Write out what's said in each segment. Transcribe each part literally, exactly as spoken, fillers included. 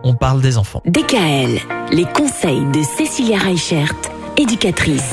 on parle des enfants. D K L, les conseils de Cécilia Reichert, éducatrice.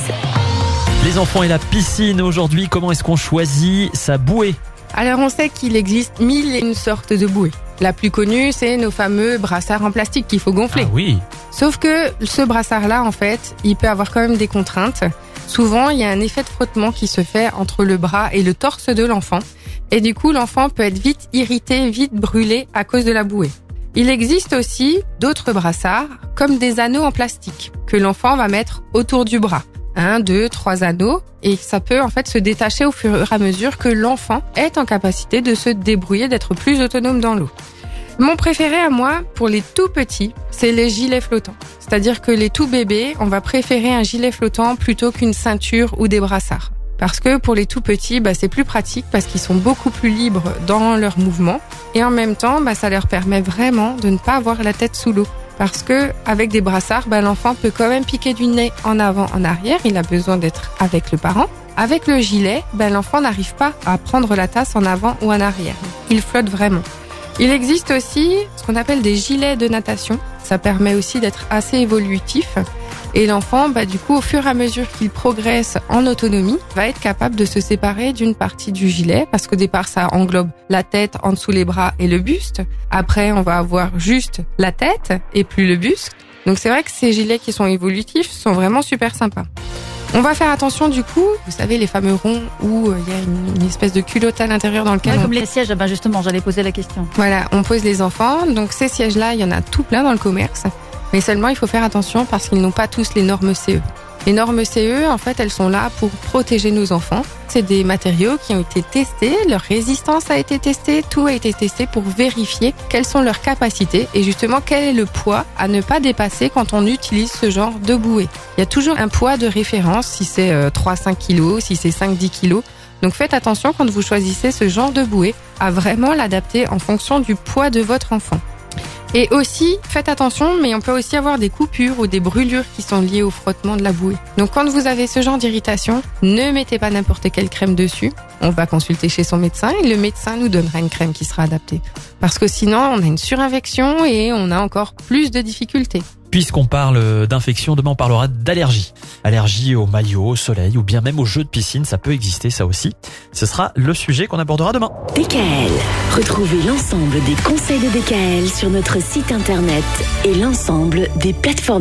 Les enfants et la piscine aujourd'hui, comment est-ce qu'on choisit sa bouée ? Alors on sait qu'il existe mille et une sortes de bouées. La plus connue, c'est nos fameux brassards en plastique qu'il faut gonfler. Ah oui. Sauf que ce brassard-là, en fait, il peut avoir quand même des contraintes. Souvent, il y a un effet de frottement qui se fait entre le bras et le torse de l'enfant. Et du coup, l'enfant peut être vite irrité, vite brûlé à cause de la bouée. Il existe aussi d'autres brassards, comme des anneaux en plastique, que l'enfant va mettre autour du bras. Un, deux, trois anneaux, et ça peut en fait se détacher au fur et à mesure que l'enfant est en capacité de se débrouiller, d'être plus autonome dans l'eau. Mon préféré à moi, pour les tout petits, c'est les gilets flottants. C'est-à-dire que les tout bébés, on va préférer un gilet flottant plutôt qu'une ceinture ou des brassards. Parce que pour les tout petits, bah, c'est plus pratique parce qu'ils sont beaucoup plus libres dans leurs mouvements. Et en même temps, bah, ça leur permet vraiment de ne pas avoir la tête sous l'eau. Parce que avec des brassards, bah, l'enfant peut quand même piquer du nez en avant, en arrière. Il a besoin d'être avec le parent. Avec le gilet, bah, l'enfant n'arrive pas à prendre la tasse en avant ou en arrière. Il flotte vraiment. Il existe aussi ce qu'on appelle des gilets de natation. Ça permet aussi d'être assez évolutif. Et l'enfant, bah, du coup, au fur et à mesure qu'il progresse en autonomie, va être capable de se séparer d'une partie du gilet, parce qu'au départ, ça englobe la tête, en dessous les bras et le buste. Après, on va avoir juste la tête et plus le buste. Donc c'est vrai que ces gilets qui sont évolutifs sont vraiment super sympas. On va faire attention du coup, vous savez les fameux ronds où il euh, y a une, une espèce de culotte à l'intérieur dans lequel ouais, on... comme les sièges, ben justement, j'allais poser la question. Voilà, on pose les enfants. Donc ces sièges-là, il y en a tout plein dans le commerce. Mais seulement, il faut faire attention parce qu'ils n'ont pas tous les normes C E. Les normes C E, en fait, elles sont là pour protéger nos enfants. C'est des matériaux qui ont été testés, leur résistance a été testée, tout a été testé pour vérifier quelles sont leurs capacités et justement quel est le poids à ne pas dépasser quand on utilise ce genre de bouée. Il y a toujours un poids de référence, si c'est trois à cinq kilos, si c'est cinq à dix kilos. Donc faites attention quand vous choisissez ce genre de bouée à vraiment l'adapter en fonction du poids de votre enfant. Et aussi, faites attention, mais on peut aussi avoir des coupures ou des brûlures qui sont liées au frottement de la bouée. Donc quand vous avez ce genre d'irritation, ne mettez pas n'importe quelle crème dessus. On va consulter chez son médecin et le médecin nous donnera une crème qui sera adaptée. Parce que sinon, on a une surinfection et on a encore plus de difficultés. Puisqu'on parle d'infection, demain on parlera d'allergie. Allergie au maillot, au soleil ou bien même aux jeux de piscine, ça peut exister ça aussi. Ce sera le sujet qu'on abordera demain. D K L. Retrouvez l'ensemble des conseils de D K L sur notre site internet et l'ensemble des plateformes.